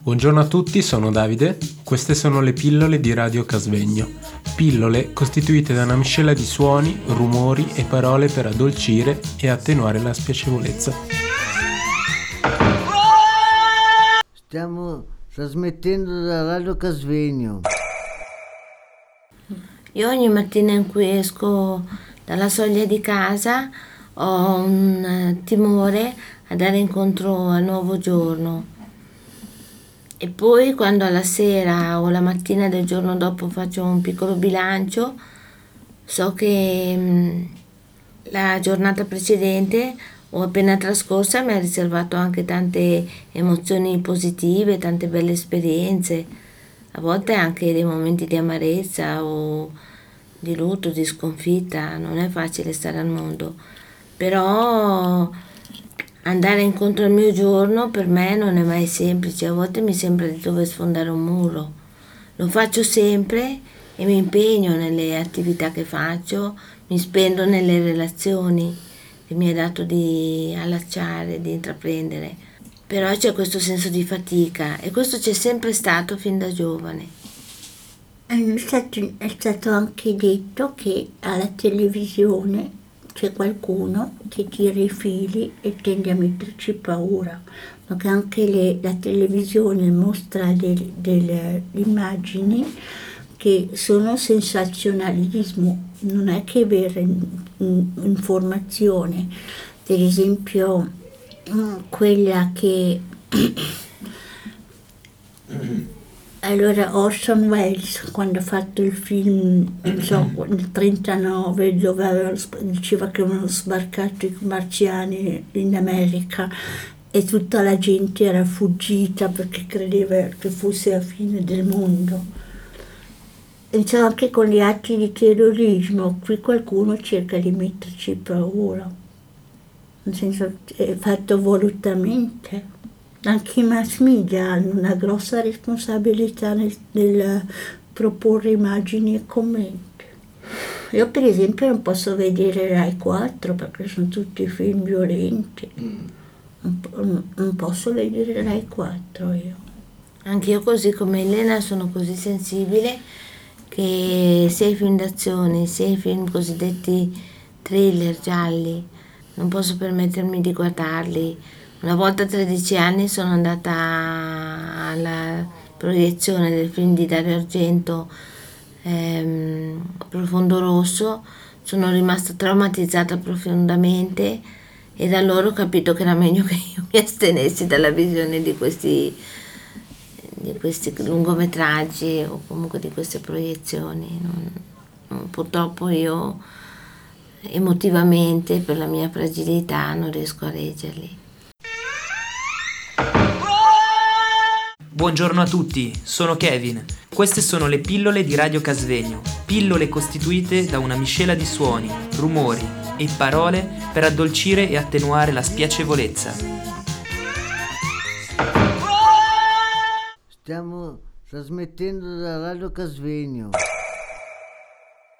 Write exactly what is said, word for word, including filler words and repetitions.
Buongiorno a tutti, sono Davide. Queste sono le pillole di Radio Casvegno. Pillole costituite da una miscela di suoni, rumori e parole per addolcire e attenuare la spiacevolezza. Stiamo trasmettendo da Radio Casvegno. Io ogni mattina in cui esco dalla soglia di casa ho un timore a dare incontro al nuovo giorno. E poi quando alla sera o la mattina del giorno dopo faccio un piccolo bilancio, so che mh, la giornata precedente o appena trascorsa mi ha riservato anche tante emozioni positive, tante belle esperienze, a volte anche dei momenti di amarezza o di lutto, di sconfitta. Non è facile stare al mondo, però andare incontro al mio giorno per me non è mai semplice, a volte mi sembra di dover sfondare un muro. Lo faccio sempre e mi impegno nelle attività che faccio, mi spendo nelle relazioni che mi è dato di allacciare, di intraprendere. Però c'è questo senso di fatica e questo c'è sempre stato fin da giovane. È stato, è stato anche detto che alla televisione c'è qualcuno che tira i fili e tende a metterci paura, perché anche le, la televisione mostra del, delle immagini che sono sensazionalismo, non è che vera informazione. Per esempio quella che allora Orson Welles, quando ha fatto il film, non so, nel trentanove, dove avevano, diceva che avevano sbarcato i marziani in America e tutta la gente era fuggita perché credeva che fosse la fine del mondo. Insomma, anche con gli atti di terrorismo, qui qualcuno cerca di metterci paura, nel senso è fatto volutamente. Anche i mass media hanno una grossa responsabilità nel, nel proporre immagini e commenti. Io per esempio non posso vedere Rai quattro perché sono tutti film violenti. Non, non posso vedere Rai quattro io. Anch'io, così come Elena, sono così sensibile che sia i film d'azione sia i film cosiddetti thriller gialli non posso permettermi di guardarli. Una volta a tredici anni sono andata alla proiezione del film di Dario Argento, ehm, Profondo Rosso, sono rimasta traumatizzata profondamente e da allora ho capito che era meglio che io mi astenessi dalla visione di questi, di questi lungometraggi o comunque di queste proiezioni. Non, non, purtroppo io emotivamente, per la mia fragilità, non riesco a reggerli. Buongiorno a tutti, sono Kevin. Queste sono le pillole di Radio Casvegno, pillole costituite da una miscela di suoni, rumori e parole per addolcire e attenuare la spiacevolezza. Stiamo trasmettendo da Radio Casvegno.